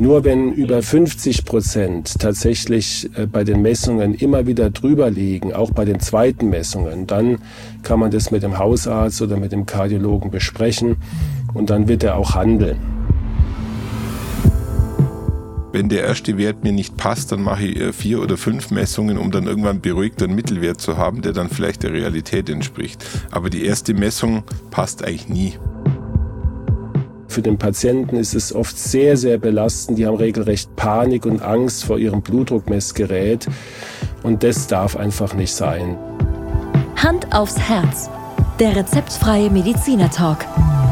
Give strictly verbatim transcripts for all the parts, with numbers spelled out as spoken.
Nur wenn über fünfzig Prozent tatsächlich bei den Messungen immer wieder drüber liegen, auch bei den zweiten Messungen, dann kann man das mit dem Hausarzt oder mit dem Kardiologen besprechen und dann wird er auch handeln. Wenn der erste Wert mir nicht passt, dann mache ich vier oder fünf Messungen, um dann irgendwann beruhigt einen Mittelwert zu haben, der dann vielleicht der Realität entspricht. Aber die erste Messung passt eigentlich nie. Für den Patienten ist es oft sehr, sehr belastend. Die haben regelrecht Panik und Angst vor ihrem Blutdruckmessgerät. Und das darf einfach nicht sein. Hand aufs Herz. Der rezeptfreie Mediziner-Talk.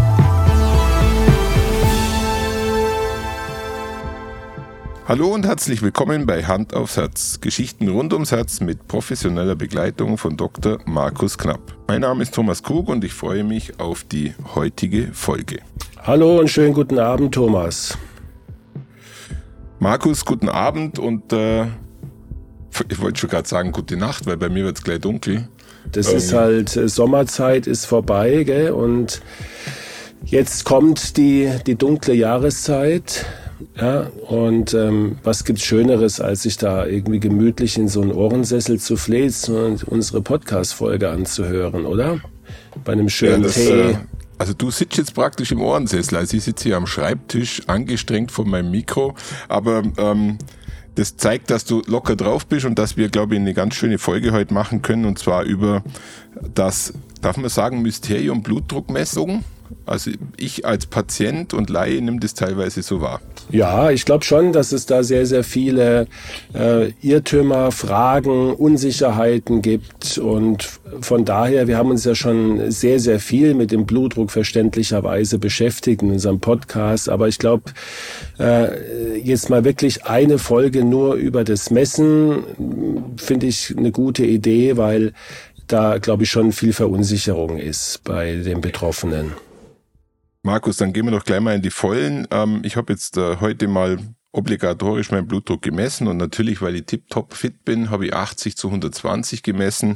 Hallo und herzlich willkommen bei Hand aufs Herz. Geschichten rund ums Herz mit professioneller Begleitung von Doktor Markus Knapp. Mein Name ist Thomas Krug und ich freue mich auf die heutige Folge. Hallo und schönen guten Abend, Thomas. Markus, guten Abend und äh, ich wollte schon gerade sagen gute Nacht, weil bei mir wird es gleich dunkel. Das ähm, ist halt, Sommerzeit ist vorbei, gell? Und jetzt kommt die, die dunkle Jahreszeit. Ja, und ähm, was gibt's Schöneres, als sich da irgendwie gemütlich in so einen Ohrensessel zu fläzen und unsere Podcast-Folge anzuhören, oder? Bei einem schönen ja, das, Tee. Äh, also du sitzt jetzt praktisch im Ohrensessel, also ich sitze hier am Schreibtisch, angestrengt vor meinem Mikro, aber ähm, das zeigt, dass du locker drauf bist und dass wir, glaube ich, eine ganz schöne Folge heute machen können, und zwar über das, darf man sagen, Mysterium Blutdruckmessung. Also ich als Patient und Laie nehme das teilweise so wahr. Ja, ich glaube schon, dass es da sehr, sehr viele äh, Irrtümer, Fragen, Unsicherheiten gibt. Und von daher, wir haben uns ja schon sehr, sehr viel mit dem Blutdruck verständlicherweise beschäftigt in unserem Podcast. Aber ich glaube, äh, jetzt mal wirklich eine Folge nur über das Messen, finde ich eine gute Idee, weil da, glaube ich, schon viel Verunsicherung ist bei den Betroffenen. Markus, dann gehen wir doch gleich mal in die Vollen. Ähm, ich habe jetzt äh, heute mal obligatorisch meinen Blutdruck gemessen und natürlich, weil ich tipptopp fit bin, habe ich achtzig zu hundertzwanzig gemessen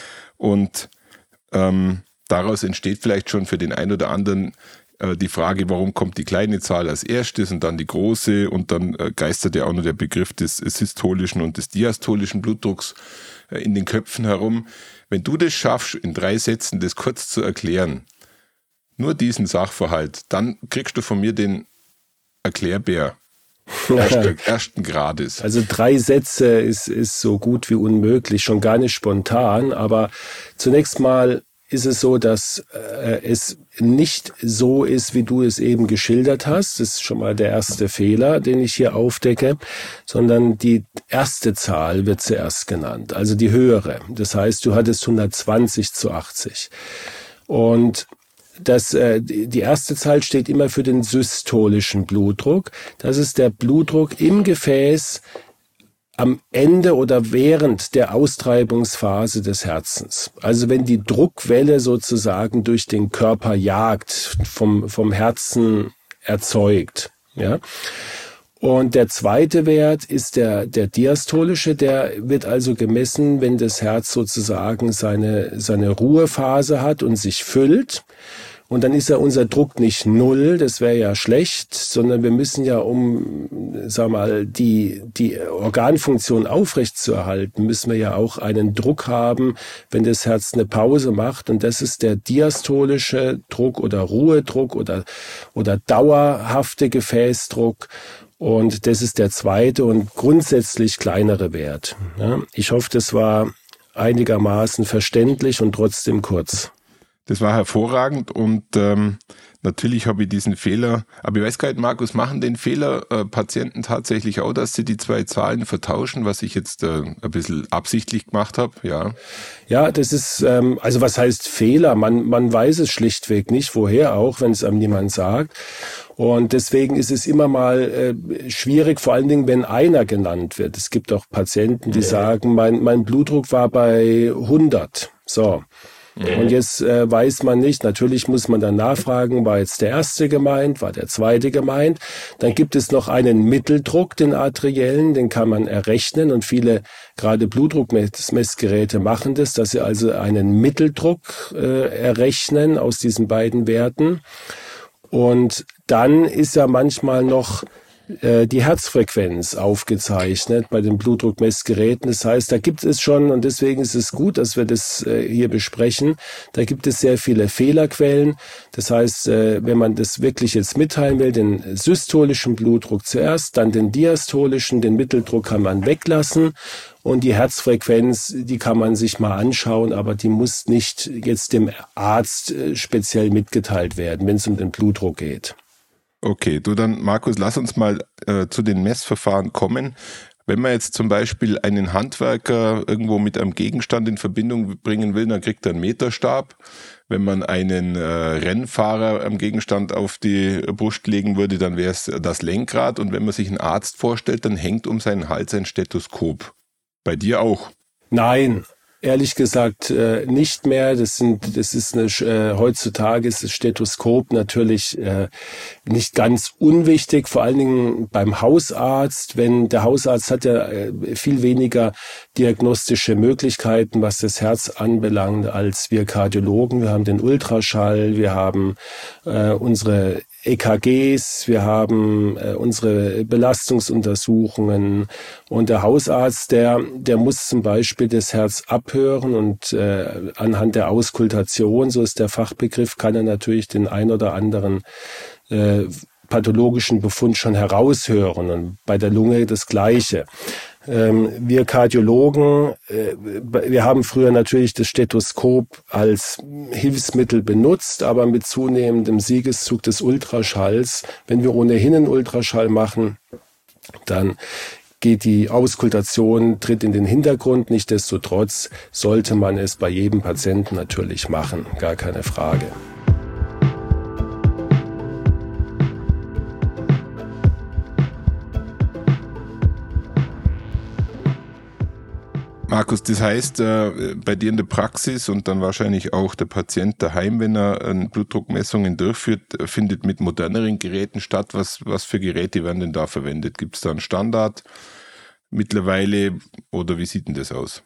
und ähm, daraus entsteht vielleicht schon für den einen oder anderen äh, die Frage, warum kommt die kleine Zahl als erstes und dann die große, und dann äh, geistert ja auch noch der Begriff des systolischen und des diastolischen Blutdrucks äh, in den Köpfen herum. Wenn du das schaffst, in drei Sätzen das kurz zu erklären, nur diesen Sachverhalt, dann kriegst du von mir den Erklärbär ersten, ersten Grades. Also drei Sätze ist, ist so gut wie unmöglich, schon gar nicht spontan, aber zunächst mal ist es so, dass äh, es nicht so ist, wie du es eben geschildert hast. Das ist schon mal der erste Fehler, den ich hier aufdecke, sondern die erste Zahl wird zuerst genannt, also die höhere. Das heißt, du hattest hundertzwanzig zu achtzig. Und Das, äh, die erste Zahl steht immer für den systolischen Blutdruck. Das ist der Blutdruck im Gefäß am Ende oder während der Austreibungsphase des Herzens. Also wenn die Druckwelle sozusagen durch den Körper jagt, vom, vom Herzen erzeugt, ja. Und der zweite Wert ist der, der diastolische, der wird also gemessen, wenn das Herz sozusagen seine, seine Ruhephase hat und sich füllt. Und dann ist ja unser Druck nicht null, das wäre ja schlecht, sondern wir müssen ja, um, sag mal, die, die Organfunktion aufrechtzuerhalten, müssen wir ja auch einen Druck haben, wenn das Herz eine Pause macht. Und das ist der diastolische Druck oder Ruhedruck oder, oder dauerhafte Gefäßdruck. Und das ist der zweite und grundsätzlich kleinere Wert. Ja, ich hoffe, das war einigermaßen verständlich und trotzdem kurz. Das war hervorragend und ähm, natürlich habe ich diesen Fehler, aber ich weiß gar nicht, Markus, machen den Fehler äh, Patienten tatsächlich auch, dass sie die zwei Zahlen vertauschen, was ich jetzt äh, ein bisschen absichtlich gemacht habe, ja. Ja, das ist, ähm, also was heißt Fehler? Man, man weiß es schlichtweg nicht, woher auch, wenn es einem niemand sagt. Und deswegen ist es immer mal äh, schwierig, vor allen Dingen, wenn einer genannt wird. Es gibt auch Patienten, die ja. sagen, mein, mein Blutdruck war bei hundert. So. Mhm. Und jetzt äh, weiß man nicht, natürlich muss man dann nachfragen, war jetzt der erste gemeint, war der zweite gemeint. Dann gibt es noch einen Mitteldruck, den arteriellen, den kann man errechnen und viele, gerade Blutdruckmessgeräte machen das, dass sie also einen Mitteldruck äh, errechnen aus diesen beiden Werten. Und dann ist ja manchmal noch äh, die Herzfrequenz aufgezeichnet bei den Blutdruckmessgeräten. Das heißt, da gibt es schon, und deswegen ist es gut, dass wir das äh, hier besprechen, da gibt es sehr viele Fehlerquellen. Das heißt, äh, wenn man das wirklich jetzt mitteilen will, den systolischen Blutdruck zuerst, dann den diastolischen, den Mitteldruck kann man weglassen. Und die Herzfrequenz, die kann man sich mal anschauen, aber die muss nicht jetzt dem Arzt speziell mitgeteilt werden, wenn es um den Blutdruck geht. Okay, du dann, Markus, lass uns mal äh, zu den Messverfahren kommen. Wenn man jetzt zum Beispiel einen Handwerker irgendwo mit einem Gegenstand in Verbindung bringen will, dann kriegt er einen Meterstab. Wenn man einen äh, Rennfahrer am Gegenstand auf die Brust legen würde, dann wäre es das Lenkrad. Und wenn man sich einen Arzt vorstellt, dann hängt um seinen Hals ein Stethoskop. Bei dir auch? Nein, ehrlich gesagt äh, nicht mehr. Das sind, das ist eine, äh, heutzutage ist das Stethoskop natürlich äh, nicht ganz unwichtig, vor allen Dingen beim Hausarzt. Wenn der Hausarzt hat ja äh, viel weniger diagnostische Möglichkeiten, was das Herz anbelangt, als wir Kardiologen. Wir haben den Ultraschall, wir haben äh, unsere E K Gs, wir haben äh, unsere Belastungsuntersuchungen, und der Hausarzt, der der muss zum Beispiel das Herz abhören und äh, anhand der Auskultation, so ist der Fachbegriff, kann er natürlich den ein oder anderen äh, pathologischen Befund schon heraushören, und bei der Lunge das Gleiche. Ähm, wir Kardiologen, äh, wir haben früher natürlich das Stethoskop als Hilfsmittel benutzt, aber mit zunehmendem Siegeszug des Ultraschalls, wenn wir ohnehin einen Ultraschall machen, dann geht die Auskultation, tritt in den Hintergrund. Nichtsdestotrotz sollte man es bei jedem Patienten natürlich machen, gar keine Frage. Markus, das heißt, äh, bei dir in der Praxis und dann wahrscheinlich auch der Patient daheim, wenn er äh, Blutdruckmessungen durchführt, findet mit moderneren Geräten statt. Was, was für Geräte werden denn da verwendet? Gibt es da einen Standard mittlerweile oder wie sieht denn das aus?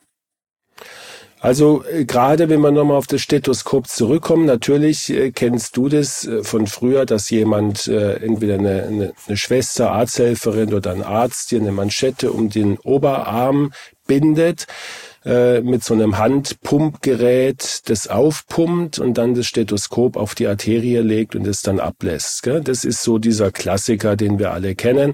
Also äh, gerade wenn wir nochmal auf das Stethoskop zurückkommen, natürlich äh, kennst du das äh, von früher, dass jemand, äh, entweder eine, eine, eine Schwester, Arzthelferin oder ein Arzt, dir eine Manschette um den Oberarm bindet, äh, mit so einem Handpumpgerät das aufpumpt und dann das Stethoskop auf die Arterie legt und es dann ablässt. Gell? Das ist so dieser Klassiker, den wir alle kennen.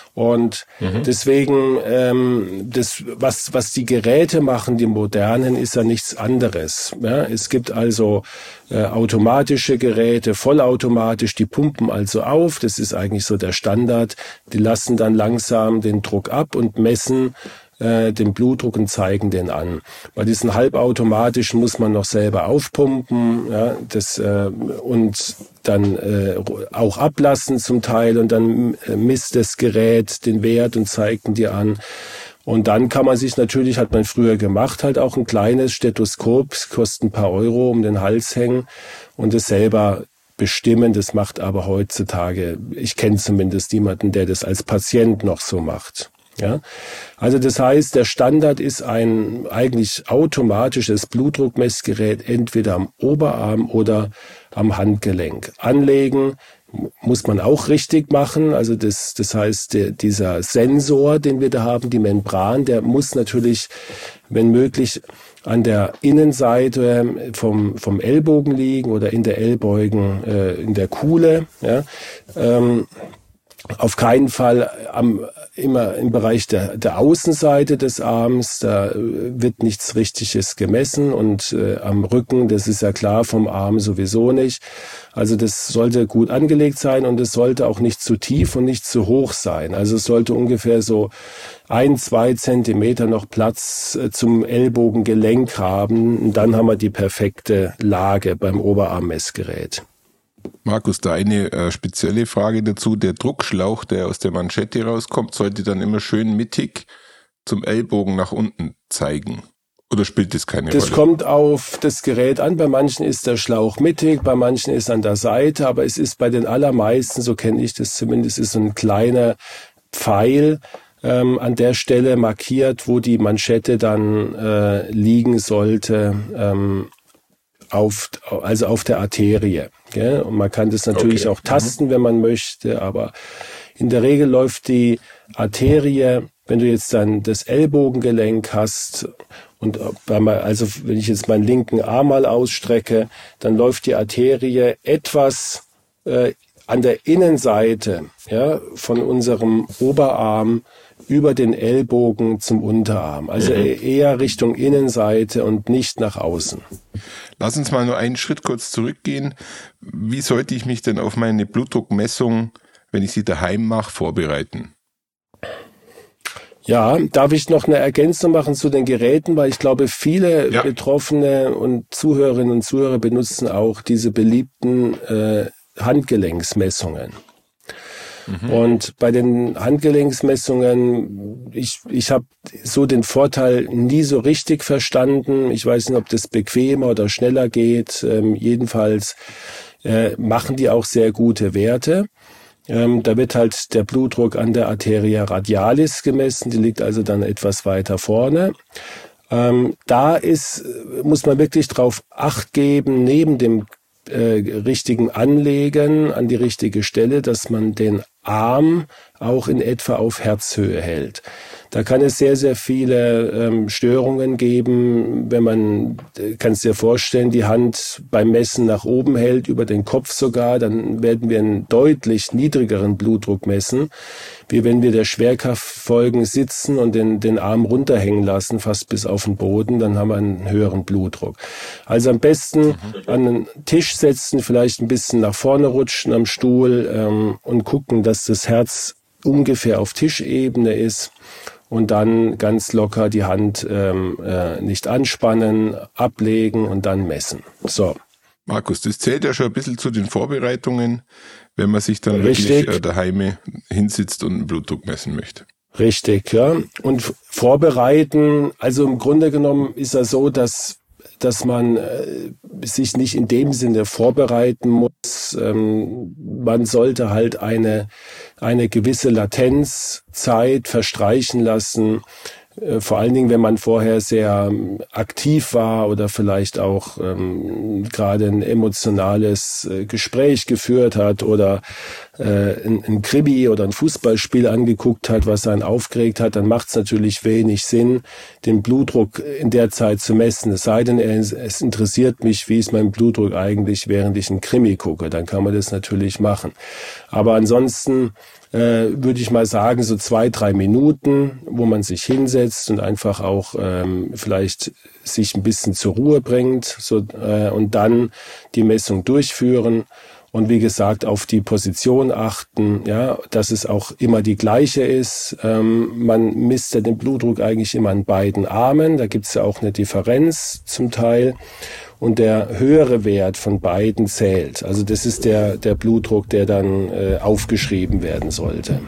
Und mhm. deswegen, ähm, das, was, was die Geräte machen, die modernen, ist ja nichts anderes. Ja? Es gibt also äh, automatische Geräte, vollautomatisch, die pumpen also auf. Das ist eigentlich so der Standard. Die lassen dann langsam den Druck ab und messen äh, den Blutdruck und zeigen den an. Bei diesen halbautomatischen muss man noch selber aufpumpen, ja, das äh, und dann äh, auch ablassen zum Teil, und dann äh, misst das Gerät den Wert und zeigt ihn dir an. Und dann kann man sich natürlich, hat man früher gemacht, halt auch ein kleines Stethoskop, das kostet ein paar Euro, um den Hals hängen und es selber bestimmen. Das macht aber heutzutage, ich kenne zumindest niemanden, der das als Patient noch so macht. Ja, also das heißt, der Standard ist ein eigentlich automatisches Blutdruckmessgerät, entweder am Oberarm oder am Handgelenk. Anlegen muss man auch richtig machen. Also das, das heißt, der, dieser Sensor, den wir da haben, die Membran, der muss natürlich, wenn möglich, an der Innenseite vom, vom Ellbogen liegen oder in der Ellbeugen, äh, in der Kuhle. Ja, ähm, auf keinen Fall am, immer im Bereich der, der Außenseite des Arms, da wird nichts Richtiges gemessen, und äh, am Rücken, das ist ja klar, vom Arm sowieso nicht. Also das sollte gut angelegt sein, und es sollte auch nicht zu tief und nicht zu hoch sein. Also es sollte ungefähr so ein, zwei Zentimeter noch Platz äh, zum Ellbogengelenk haben, und dann haben wir die perfekte Lage beim Oberarmmessgerät. Markus, da eine äh, spezielle Frage dazu. Der Druckschlauch, der aus der Manschette rauskommt, sollte dann immer schön mittig zum Ellbogen nach unten zeigen. Oder spielt das keine das Rolle? Das kommt auf das Gerät an. Bei manchen ist der Schlauch mittig, bei manchen ist an der Seite. Aber es ist bei den allermeisten, so kenne ich das zumindest, ist so ein kleiner Pfeil ähm, an der Stelle markiert, wo die Manschette dann äh, liegen sollte. Ähm, auf, also auf der Arterie. Gell? Und man kann das natürlich okay. auch tasten, mhm. wenn man möchte, aber in der Regel läuft die Arterie, wenn du jetzt dann das Ellbogengelenk hast und also wenn ich jetzt meinen linken Arm mal ausstrecke, dann läuft die Arterie etwas äh, an der Innenseite, ja, von unserem Oberarm über den Ellbogen zum Unterarm. Also mhm. eher Richtung Innenseite und nicht nach außen. Lass uns mal nur einen Schritt kurz zurückgehen. Wie sollte ich mich denn auf meine Blutdruckmessung, wenn ich sie daheim mache, vorbereiten? Ja, darf ich noch eine Ergänzung machen zu den Geräten, weil ich glaube, viele ja. Betroffene und Zuhörerinnen und Zuhörer benutzen auch diese beliebten äh, Handgelenksmessungen. Mhm. Und bei den Handgelenksmessungen, ich, ich habe so den Vorteil nie so richtig verstanden. Ich weiß nicht, ob das bequemer oder schneller geht. Ähm, jedenfalls äh, machen die auch sehr gute Werte. Ähm, da wird halt der Blutdruck an der Arteria radialis gemessen. Die liegt also dann etwas weiter vorne. Ähm, da ist, muss man wirklich drauf Acht geben, neben dem Äh, richtigen Anlegen an die richtige Stelle, dass man den Arm auch in etwa auf Herzhöhe hält. Da kann es sehr, sehr viele ähm, Störungen geben, wenn man, äh, kannst dir vorstellen, die Hand beim Messen nach oben hält, über den Kopf sogar, dann werden wir einen deutlich niedrigeren Blutdruck messen, wie wenn wir der Schwerkraft folgen, sitzen und den, den Arm runterhängen lassen, fast bis auf den Boden, dann haben wir einen höheren Blutdruck. Also am besten an den Tisch setzen, vielleicht ein bisschen nach vorne rutschen am Stuhl ähm, und gucken, dass das Herz ungefähr auf Tischebene ist. Und dann ganz locker die Hand ähm, äh, nicht anspannen, ablegen und dann messen. So. Markus, das zählt ja schon ein bisschen zu den Vorbereitungen, wenn man sich dann Richtig. wirklich äh, daheim hinsitzt und einen Blutdruck messen möchte. Richtig, ja. Und vorbereiten, also im Grunde genommen ist das so, dass dass man äh, sich nicht in dem Sinne vorbereiten muss. Ähm, man sollte halt eine eine gewisse Latenzzeit verstreichen lassen, äh, vor allen Dingen, wenn man vorher sehr ähm, aktiv war oder vielleicht auch ähm, gerade ein emotionales äh, Gespräch geführt hat oder äh, ein, ein Krimi oder ein Fußballspiel angeguckt hat, was einen aufgeregt hat, dann macht es natürlich wenig Sinn, den Blutdruck in der Zeit zu messen. Es sei denn, es interessiert mich, wie ist mein Blutdruck eigentlich, während ich ein Krimi gucke. Dann kann man das natürlich machen. Aber ansonsten äh, würde ich mal sagen, so zwei, drei Minuten, wo man sich hinsetzt und einfach auch ähm, vielleicht sich ein bisschen zur Ruhe bringt so, äh, und dann die Messung durchführen. Und wie gesagt, auf die Position achten, ja, dass es auch immer die gleiche ist. Ähm, man misst ja den Blutdruck eigentlich immer an beiden Armen. Da gibt es ja auch eine Differenz zum Teil. Und der höhere Wert von beiden zählt. Also das ist der, der Blutdruck, der dann äh, aufgeschrieben werden sollte.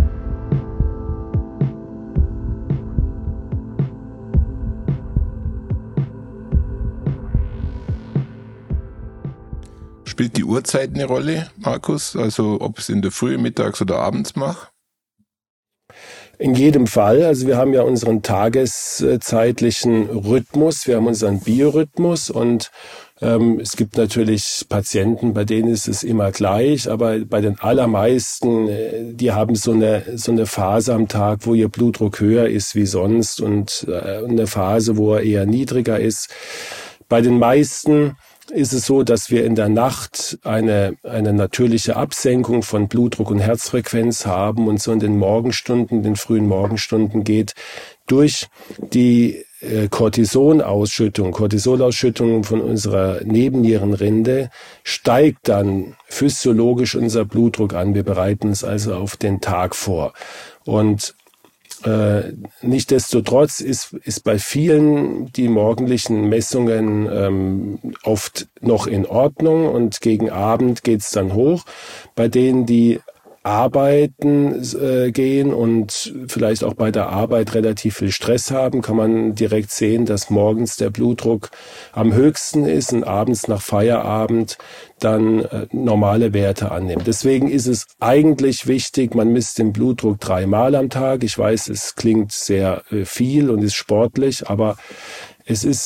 Spielt die Uhrzeit eine Rolle, Markus? Also ob es in der Früh, mittags oder abends mache? In jedem Fall. Also wir haben ja unseren tageszeitlichen Rhythmus, wir haben unseren Biorhythmus und ähm, es gibt natürlich Patienten, bei denen ist es immer gleich, aber bei den allermeisten, äh, die haben so eine so eine Phase am Tag, wo ihr Blutdruck höher ist wie sonst und äh, eine Phase, wo er eher niedriger ist. Bei den meisten ist es so, dass wir in der Nacht eine eine natürliche Absenkung von Blutdruck und Herzfrequenz haben und so in den Morgenstunden, den frühen Morgenstunden geht durch die äh, Cortisonausschüttung, Cortisolausschüttung von unserer Nebennierenrinde steigt dann physiologisch unser Blutdruck an. Wir bereiten uns also auf den Tag vor. Und Äh, nichtsdestotrotz ist, ist bei vielen die morgendlichen Messungen ähm, oft noch in Ordnung und gegen Abend geht's dann hoch. Bei denen, die arbeiten äh, gehen und vielleicht auch bei der Arbeit relativ viel Stress haben, kann man direkt sehen, dass morgens der Blutdruck am höchsten ist und abends nach Feierabend dann äh, normale Werte annimmt. Deswegen ist es eigentlich wichtig, man misst den Blutdruck dreimal am Tag. Ich weiß, es klingt sehr äh, viel und ist sportlich, aber es ist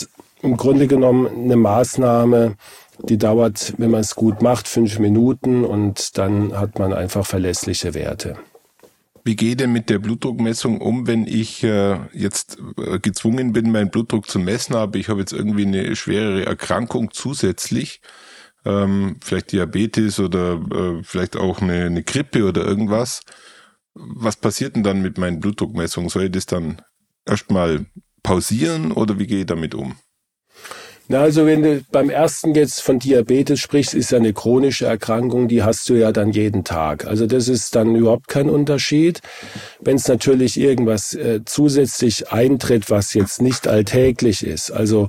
im Grunde genommen eine Maßnahme, die dauert, wenn man es gut macht, fünf Minuten und dann hat man einfach verlässliche Werte. Wie gehe ich denn mit der Blutdruckmessung um, wenn ich äh, jetzt äh, gezwungen bin, meinen Blutdruck zu messen, aber ich habe jetzt irgendwie eine schwerere Erkrankung zusätzlich, ähm, vielleicht Diabetes oder äh, vielleicht auch eine, eine Grippe oder irgendwas. Was passiert denn dann mit meinen Blutdruckmessungen? Soll ich das dann erstmal pausieren oder wie gehe ich damit um? Na, also wenn du beim ersten jetzt von Diabetes sprichst, ist ja eine chronische Erkrankung, die hast du ja dann jeden Tag. Also das ist dann überhaupt kein Unterschied. Wenn es natürlich irgendwas äh, zusätzlich eintritt, was jetzt nicht alltäglich ist, also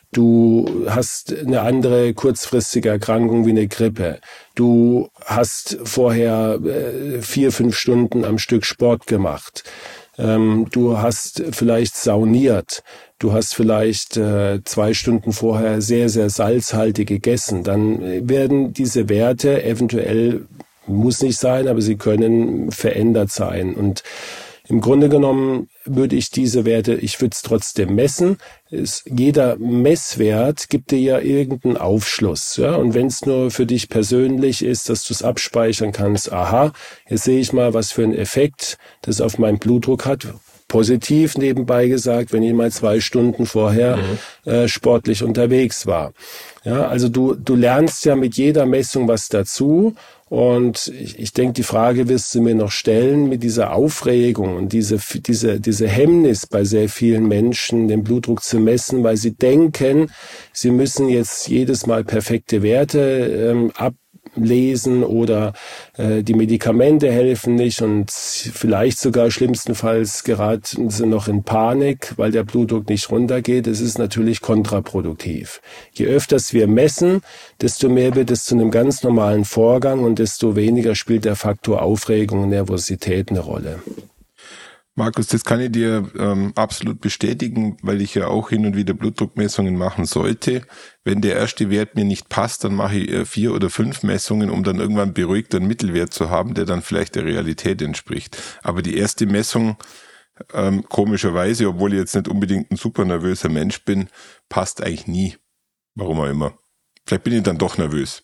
du hast eine andere kurzfristige Erkrankung wie eine Grippe. Du hast vorher äh, vier, fünf Stunden am Stück Sport gemacht. Ähm, du hast vielleicht sauniert. Du hast vielleicht äh, zwei Stunden vorher sehr, sehr salzhaltig gegessen. Dann werden diese Werte eventuell, muss nicht sein, aber sie können verändert sein. Und im Grunde genommen würde ich diese Werte, ich würde es trotzdem messen. Es, jeder Messwert gibt dir ja irgendeinen Aufschluss. Ja? Und wenn es nur für dich persönlich ist, dass du es abspeichern kannst, aha, jetzt sehe ich mal, was für einen Effekt das auf meinen Blutdruck hat. Positiv nebenbei gesagt, wenn ich mal zwei Stunden vorher mhm. äh, sportlich unterwegs war. Ja, also du du lernst ja mit jeder Messung was dazu und ich, ich denke, die Frage wirst du mir noch stellen mit dieser Aufregung und diese diese diese Hemmnis bei sehr vielen Menschen, den Blutdruck zu messen, weil sie denken, sie müssen jetzt jedes Mal perfekte Werte ähm, ab lesen oder äh, die Medikamente helfen nicht und vielleicht sogar schlimmstenfalls geraten sie noch in Panik, weil der Blutdruck nicht runtergeht. Das ist natürlich kontraproduktiv. Je öfters wir messen, desto mehr wird es zu einem ganz normalen Vorgang und desto weniger spielt der Faktor Aufregung und Nervosität eine Rolle. Markus, das kann ich dir ähm, absolut bestätigen, weil ich ja auch hin und wieder Blutdruckmessungen machen sollte. Wenn der erste Wert mir nicht passt, dann mache ich äh, vier oder fünf Messungen, um dann irgendwann beruhigt einen Mittelwert zu haben, der dann vielleicht der Realität entspricht. Aber die erste Messung, ähm, komischerweise, obwohl ich jetzt nicht unbedingt ein super nervöser Mensch bin, passt eigentlich nie. Warum auch immer. Vielleicht bin ich dann doch nervös.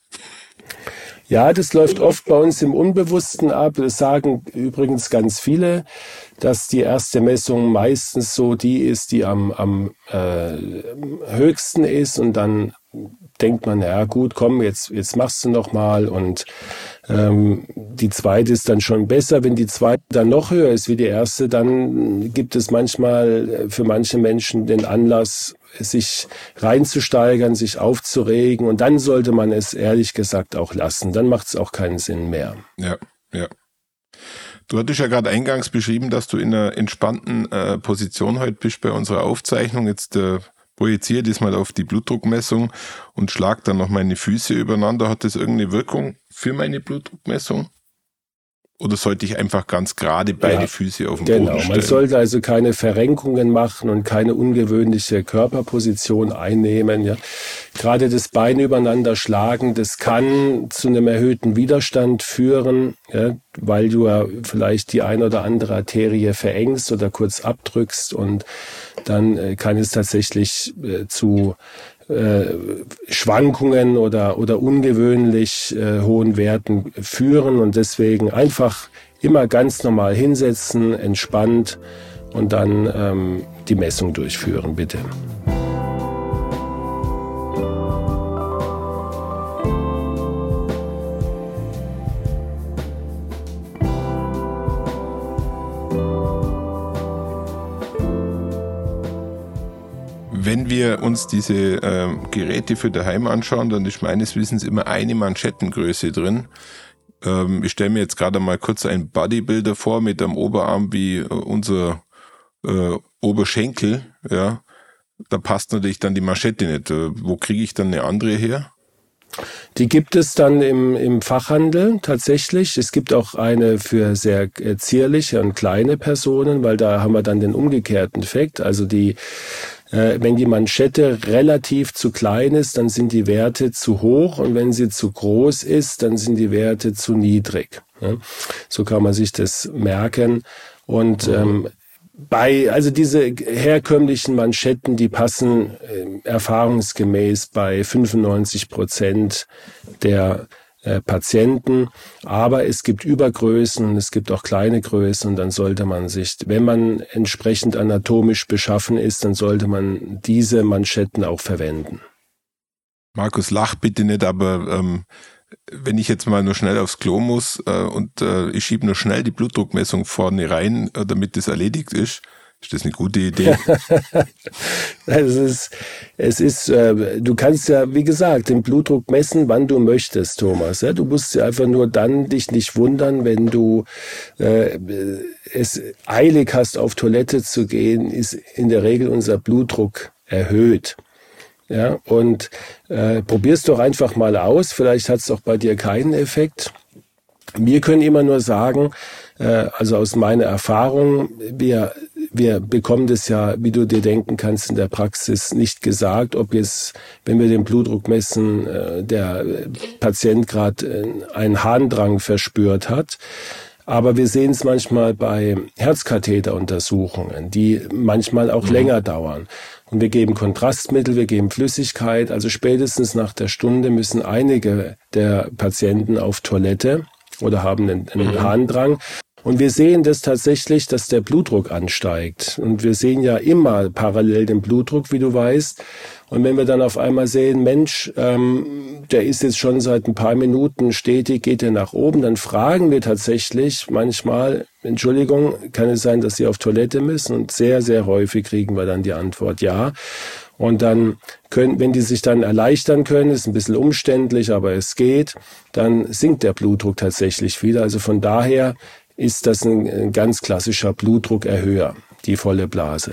Ja, das läuft oft bei uns im Unbewussten ab. Das sagen übrigens ganz viele, dass die erste Messung meistens so die ist, die am, am äh, höchsten ist und dann denkt man, ja gut, komm, jetzt jetzt machst du noch mal und ähm, die zweite ist dann schon besser. Wenn die zweite dann noch höher ist wie die erste, dann gibt es manchmal für manche Menschen den Anlass, sich reinzusteigern, sich aufzuregen und dann sollte man es ehrlich gesagt auch lassen. Dann macht es auch keinen Sinn mehr. Ja, ja. Du hattest ja gerade eingangs beschrieben, dass du in einer entspannten äh, Position heute bist bei unserer Aufzeichnung. Jetzt äh, projiziere das mal auf die Blutdruckmessung und schlag dann noch meine Füße übereinander. Hat das irgendeine Wirkung für meine Blutdruckmessung? Oder sollte ich einfach ganz gerade beide ja, Füße auf den genau. Boden stellen? Man sollte also keine Verrenkungen machen und keine ungewöhnliche Körperposition einnehmen. Ja. Gerade das Bein übereinander schlagen, das kann zu einem erhöhten Widerstand führen, ja, weil du ja vielleicht die ein oder andere Arterie verengst oder kurz abdrückst und dann äh, kann es tatsächlich äh, zu Äh, Schwankungen oder oder ungewöhnlich äh, hohen Werten führen und deswegen einfach immer ganz normal hinsetzen, entspannt und dann ähm, die Messung durchführen, bitte. Wenn wir uns diese äh, Geräte für daheim anschauen, dann ist meines Wissens immer eine Manschettengröße drin. Ähm, ich stelle mir jetzt gerade mal kurz einen Bodybuilder vor mit einem Oberarm wie äh, unser äh, Oberschenkel. Ja, da passt natürlich dann die Manschette nicht. Äh, wo kriege ich dann eine andere her? Die gibt es dann im, im Fachhandel tatsächlich. Es gibt auch eine für sehr zierliche und kleine Personen, weil da haben wir dann den umgekehrten Effekt. Also die Äh, wenn die Manschette relativ zu klein ist, dann sind die Werte zu hoch und wenn sie zu groß ist, dann sind die Werte zu niedrig. Ja? So kann man sich das merken. Und ähm, Bei, also diese herkömmlichen Manschetten, die passen äh, erfahrungsgemäß bei fünfundneunzig Prozent der äh, Patienten. Aber es gibt Übergrößen, es gibt auch kleine Größen und dann sollte man sich, wenn man entsprechend anatomisch beschaffen ist, dann sollte man diese Manschetten auch verwenden. Markus, lach bitte nicht, aber ähm, wenn ich jetzt mal nur schnell aufs Klo muss äh, und äh, ich schiebe nur schnell die Blutdruckmessung vorne rein, äh, damit das erledigt ist, ist das eine gute Idee? es ist, es ist, äh, du kannst ja, wie gesagt, den Blutdruck messen, wann du möchtest, Thomas. Ja? Du musst ja einfach nur dann dich nicht wundern, wenn du äh, es eilig hast, auf Toilette zu gehen, ist in der Regel unser Blutdruck erhöht. Ja, und äh, probier's doch einfach mal aus. Vielleicht hat's doch bei dir keinen Effekt. Wir können immer nur sagen, äh, also aus meiner Erfahrung, wir wir bekommen das ja, wie du dir denken kannst, in der Praxis nicht gesagt, ob jetzt, wenn wir den Blutdruck messen, äh, der Patient gerade äh, einen Harndrang verspürt hat. Aber wir sehen es manchmal bei Herzkatheteruntersuchungen, die manchmal auch mhm. länger dauern. Und wir geben Kontrastmittel, wir geben Flüssigkeit. Also spätestens nach der Stunde müssen einige der Patienten auf Toilette oder haben einen, einen mhm. Harndrang. Und wir sehen das tatsächlich, dass der Blutdruck ansteigt. Und wir sehen ja immer parallel den Blutdruck, wie du weißt. Und wenn wir dann auf einmal sehen, Mensch, ähm, der ist jetzt schon seit ein paar Minuten stetig, geht er nach oben, dann fragen wir tatsächlich manchmal, Entschuldigung, kann es sein, dass Sie auf Toilette müssen? Und sehr, sehr häufig kriegen wir dann die Antwort ja. Und dann können, wenn die sich dann erleichtern können, ist ein bisschen umständlich, aber es geht, dann sinkt der Blutdruck tatsächlich wieder. Also von daher ist das ein, ein ganz klassischer Blutdruckerhöher, die volle Blase.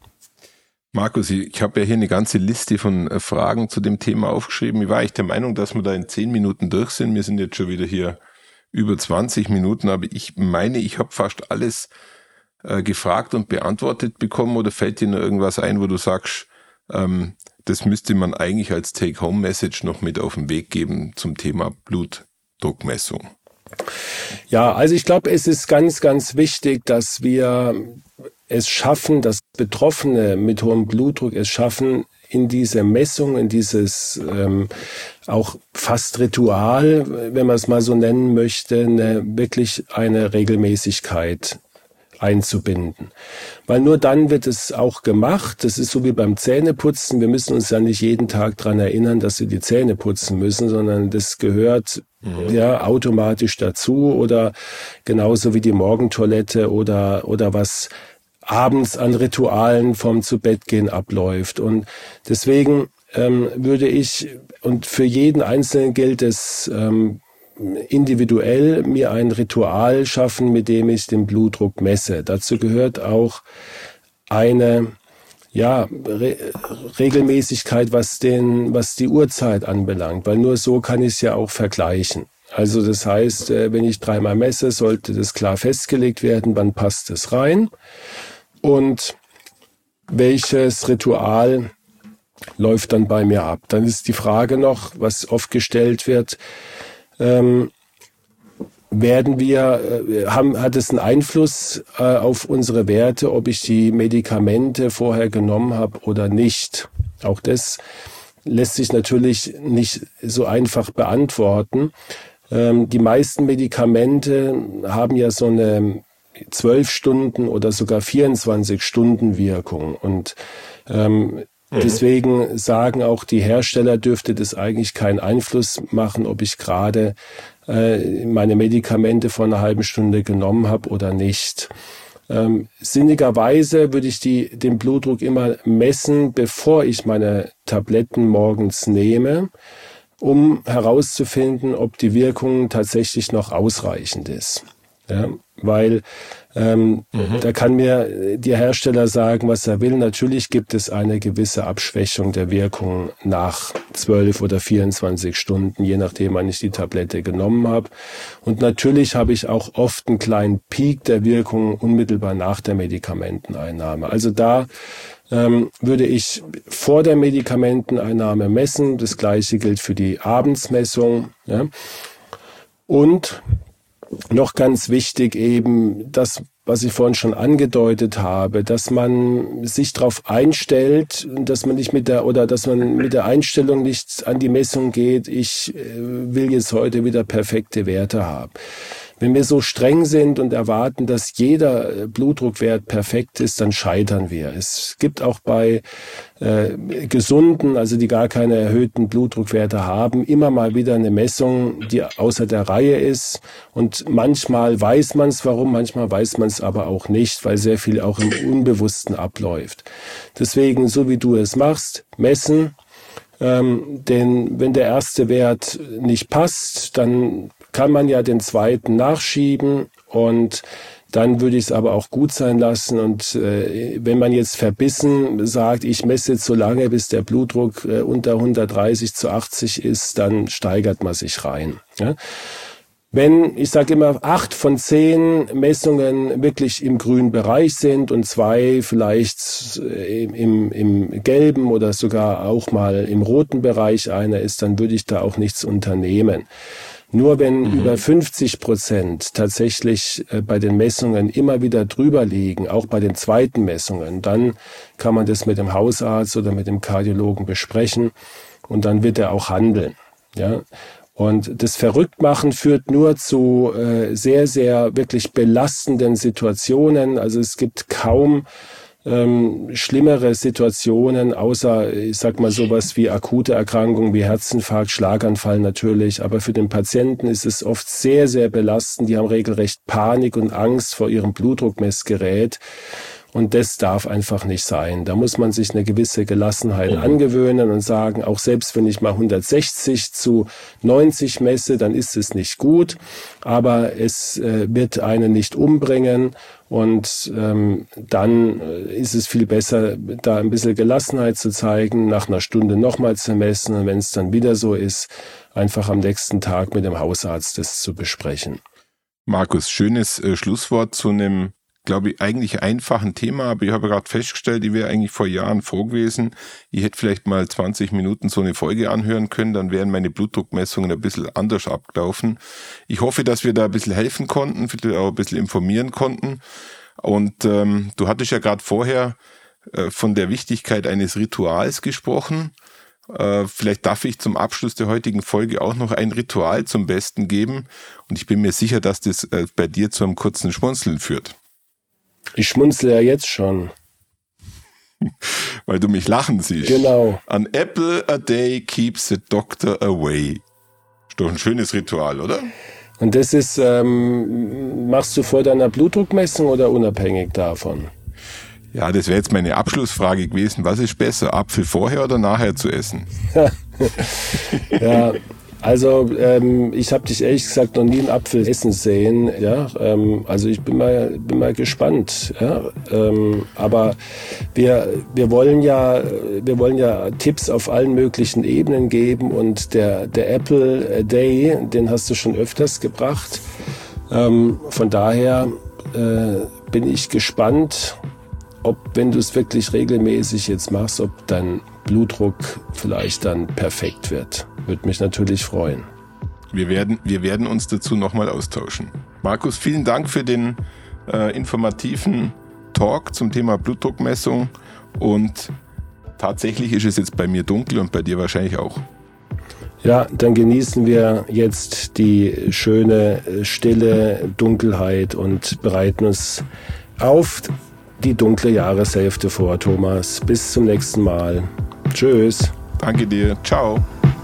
Markus, ich habe ja hier eine ganze Liste von Fragen zu dem Thema aufgeschrieben. Ich war eigentlich der Meinung, dass wir da in zehn Minuten durch sind. Wir sind jetzt schon wieder hier über zwanzig Minuten, aber ich meine, ich habe fast alles äh, gefragt und beantwortet bekommen. Oder fällt dir noch irgendwas ein, wo du sagst, ähm, das müsste man eigentlich als Take-Home-Message noch mit auf den Weg geben zum Thema Blutdruckmessung? Ja, also ich glaube, es ist ganz, ganz wichtig, dass wir es schaffen, dass Betroffene mit hohem Blutdruck es schaffen, in diese Messung, in dieses ähm, auch fast Ritual, wenn man es mal so nennen möchte, eine, wirklich eine Regelmäßigkeit einzubinden. Weil nur dann wird es auch gemacht. Das ist so wie beim Zähneputzen. Wir müssen uns ja nicht jeden Tag dran erinnern, dass wir die Zähne putzen müssen, sondern das gehört mhm. ja automatisch dazu oder genauso wie die Morgentoilette oder oder was abends an Ritualen vom Zubettgehen abläuft. Und deswegen ähm, würde ich, und für jeden Einzelnen gilt es, ähm, individuell mir ein Ritual schaffen, mit dem ich den Blutdruck messe. Dazu gehört auch eine ja, Re- Regelmäßigkeit, was den, was die Uhrzeit anbelangt, weil nur so kann ich es ja auch vergleichen. Also das heißt, wenn ich dreimal messe, sollte das klar festgelegt werden, wann passt es rein und welches Ritual läuft dann bei mir ab. Dann ist die Frage noch, was oft gestellt wird, Ähm, werden wir, äh, haben, hat es einen Einfluss äh, auf unsere Werte, ob ich die Medikamente vorher genommen habe oder nicht? Auch das lässt sich natürlich nicht so einfach beantworten. Ähm, die meisten Medikamente haben ja so eine zwölf Stunden oder sogar vierundzwanzig Stunden Wirkung und ähm, deswegen sagen auch die Hersteller, dürfte das eigentlich keinen Einfluss machen, ob ich gerade äh, meine Medikamente vor einer halben Stunde genommen habe oder nicht. Ähm, sinnigerweise würde ich die, den Blutdruck immer messen, bevor ich meine Tabletten morgens nehme, um herauszufinden, ob die Wirkung tatsächlich noch ausreichend ist. Ja, weil ähm, mhm. da kann mir der Hersteller sagen, was er will. Natürlich gibt es eine gewisse Abschwächung der Wirkung nach zwölf oder vierundzwanzig Stunden, je nachdem, wann ich die Tablette genommen habe. Und natürlich habe ich auch oft einen kleinen Peak der Wirkung unmittelbar nach der Medikamenteneinnahme. Also da ähm, würde ich vor der Medikamenteneinnahme messen. Das Gleiche gilt für die Abendsmessung. Ja. Und noch ganz wichtig eben, das was ich vorhin schon angedeutet habe, dass man sich darauf einstellt, dass man nicht mit der oder dass man mit der Einstellung nicht an die Messung geht, ich will jetzt heute wieder perfekte Werte haben. Wenn wir so streng sind und erwarten, dass jeder Blutdruckwert perfekt ist, dann scheitern wir. Es gibt auch bei äh, Gesunden, also die gar keine erhöhten Blutdruckwerte haben, immer mal wieder eine Messung, die außer der Reihe ist. Und manchmal weiß man es, warum, manchmal weiß man es aber auch nicht, weil sehr viel auch im Unbewussten abläuft. Deswegen, so wie du es machst, messen. Ähm, denn wenn der erste Wert nicht passt, dann kann man ja den zweiten nachschieben und dann würde ich es aber auch gut sein lassen. Und äh, wenn man jetzt verbissen sagt, ich messe jetzt so lange, bis der Blutdruck äh, unter hundertdreißig zu achtzig ist, dann steigert man sich rein. Ja? Wenn, ich sage immer, acht von zehn Messungen wirklich im grünen Bereich sind und zwei vielleicht im, im, im gelben oder sogar auch mal im roten Bereich einer ist, dann würde ich da auch nichts unternehmen. Nur wenn mhm. über fünfzig Prozent tatsächlich äh, bei den Messungen immer wieder drüber liegen, auch bei den zweiten Messungen, dann kann man das mit dem Hausarzt oder mit dem Kardiologen besprechen und dann wird er auch handeln. Ja. Und das Verrücktmachen führt nur zu äh, sehr, sehr wirklich belastenden Situationen. Also es gibt kaum ähm, schlimmere Situationen, außer, ich sag mal, sowas wie akute Erkrankungen wie Herzinfarkt, Schlaganfall natürlich. Aber für den Patienten ist es oft sehr, sehr belastend. Die haben regelrecht Panik und Angst vor ihrem Blutdruckmessgerät. Und das darf einfach nicht sein. Da muss man sich eine gewisse Gelassenheit angewöhnen und sagen, auch selbst wenn ich mal hundertsechzig zu neunzig messe, dann ist es nicht gut, aber es äh, wird einen nicht umbringen und ähm, dann äh, ist es viel besser, da ein bisschen Gelassenheit zu zeigen, nach einer Stunde nochmal zu messen und wenn es dann wieder so ist, einfach am nächsten Tag mit dem Hausarzt das zu besprechen. Markus, schönes äh, Schlusswort zu einem, glaube ich, eigentlich einfachen Thema, aber ich habe gerade festgestellt, ich wäre eigentlich vor Jahren froh gewesen. Ich hätte vielleicht mal zwanzig Minuten so eine Folge anhören können, dann wären meine Blutdruckmessungen ein bisschen anders abgelaufen. Ich hoffe, dass wir da ein bisschen helfen konnten, vielleicht auch ein bisschen informieren konnten. Und ähm, du hattest ja gerade vorher äh, von der Wichtigkeit eines Rituals gesprochen. Äh, vielleicht darf ich zum Abschluss der heutigen Folge auch noch ein Ritual zum Besten geben. Und ich bin mir sicher, dass das äh, bei dir zu einem kurzen Schmunzeln führt. Ich schmunzle ja jetzt schon. Weil du mich lachen siehst. Genau. An apple a day keeps the doctor away. Ist doch ein schönes Ritual, oder? Und das ist, ähm, machst du vor deiner Blutdruckmessung oder unabhängig davon? Ja, das wäre jetzt meine Abschlussfrage gewesen. Was ist besser, Apfel vorher oder nachher zu essen? Ja, also ähm, ich habe dich ehrlich gesagt noch nie einen Apfel essen sehen. Ja, ähm, also ich bin mal bin mal gespannt. Ja, ähm, aber wir wir wollen ja wir wollen ja Tipps auf allen möglichen Ebenen geben und der der Apple Day, den hast du schon öfters gebracht. Ähm, von daher äh, bin ich gespannt, ob, wenn du es wirklich regelmäßig jetzt machst, ob dein Blutdruck vielleicht dann perfekt wird. Würde mich natürlich freuen. Wir werden, wir werden uns dazu nochmal austauschen. Markus, vielen Dank für den äh, informativen Talk zum Thema Blutdruckmessung. Und tatsächlich ist es jetzt bei mir dunkel und bei dir wahrscheinlich auch. Ja, dann genießen wir jetzt die schöne, stille Dunkelheit und bereiten uns auf die dunkle Jahreshälfte vor, Thomas. Bis zum nächsten Mal. Tschüss. Danke dir. Ciao.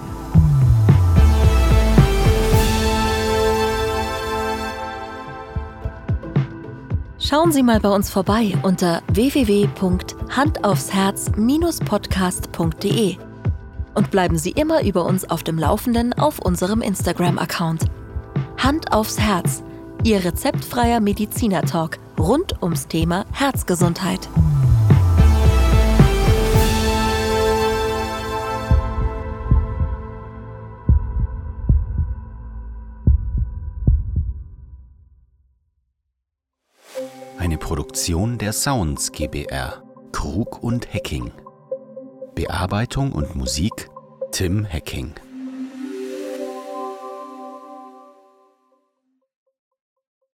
Schauen Sie mal bei uns vorbei unter w w w punkt hand aufs herz Bindestrich podcast punkt d e und bleiben Sie immer über uns auf dem Laufenden auf unserem Instagram-Account. Hand aufs Herz, Ihr rezeptfreier Mediziner-Talk rund ums Thema Herzgesundheit. Eine Produktion der Sounds GbR. Krug und Hecking. Bearbeitung und Musik Tim Hecking.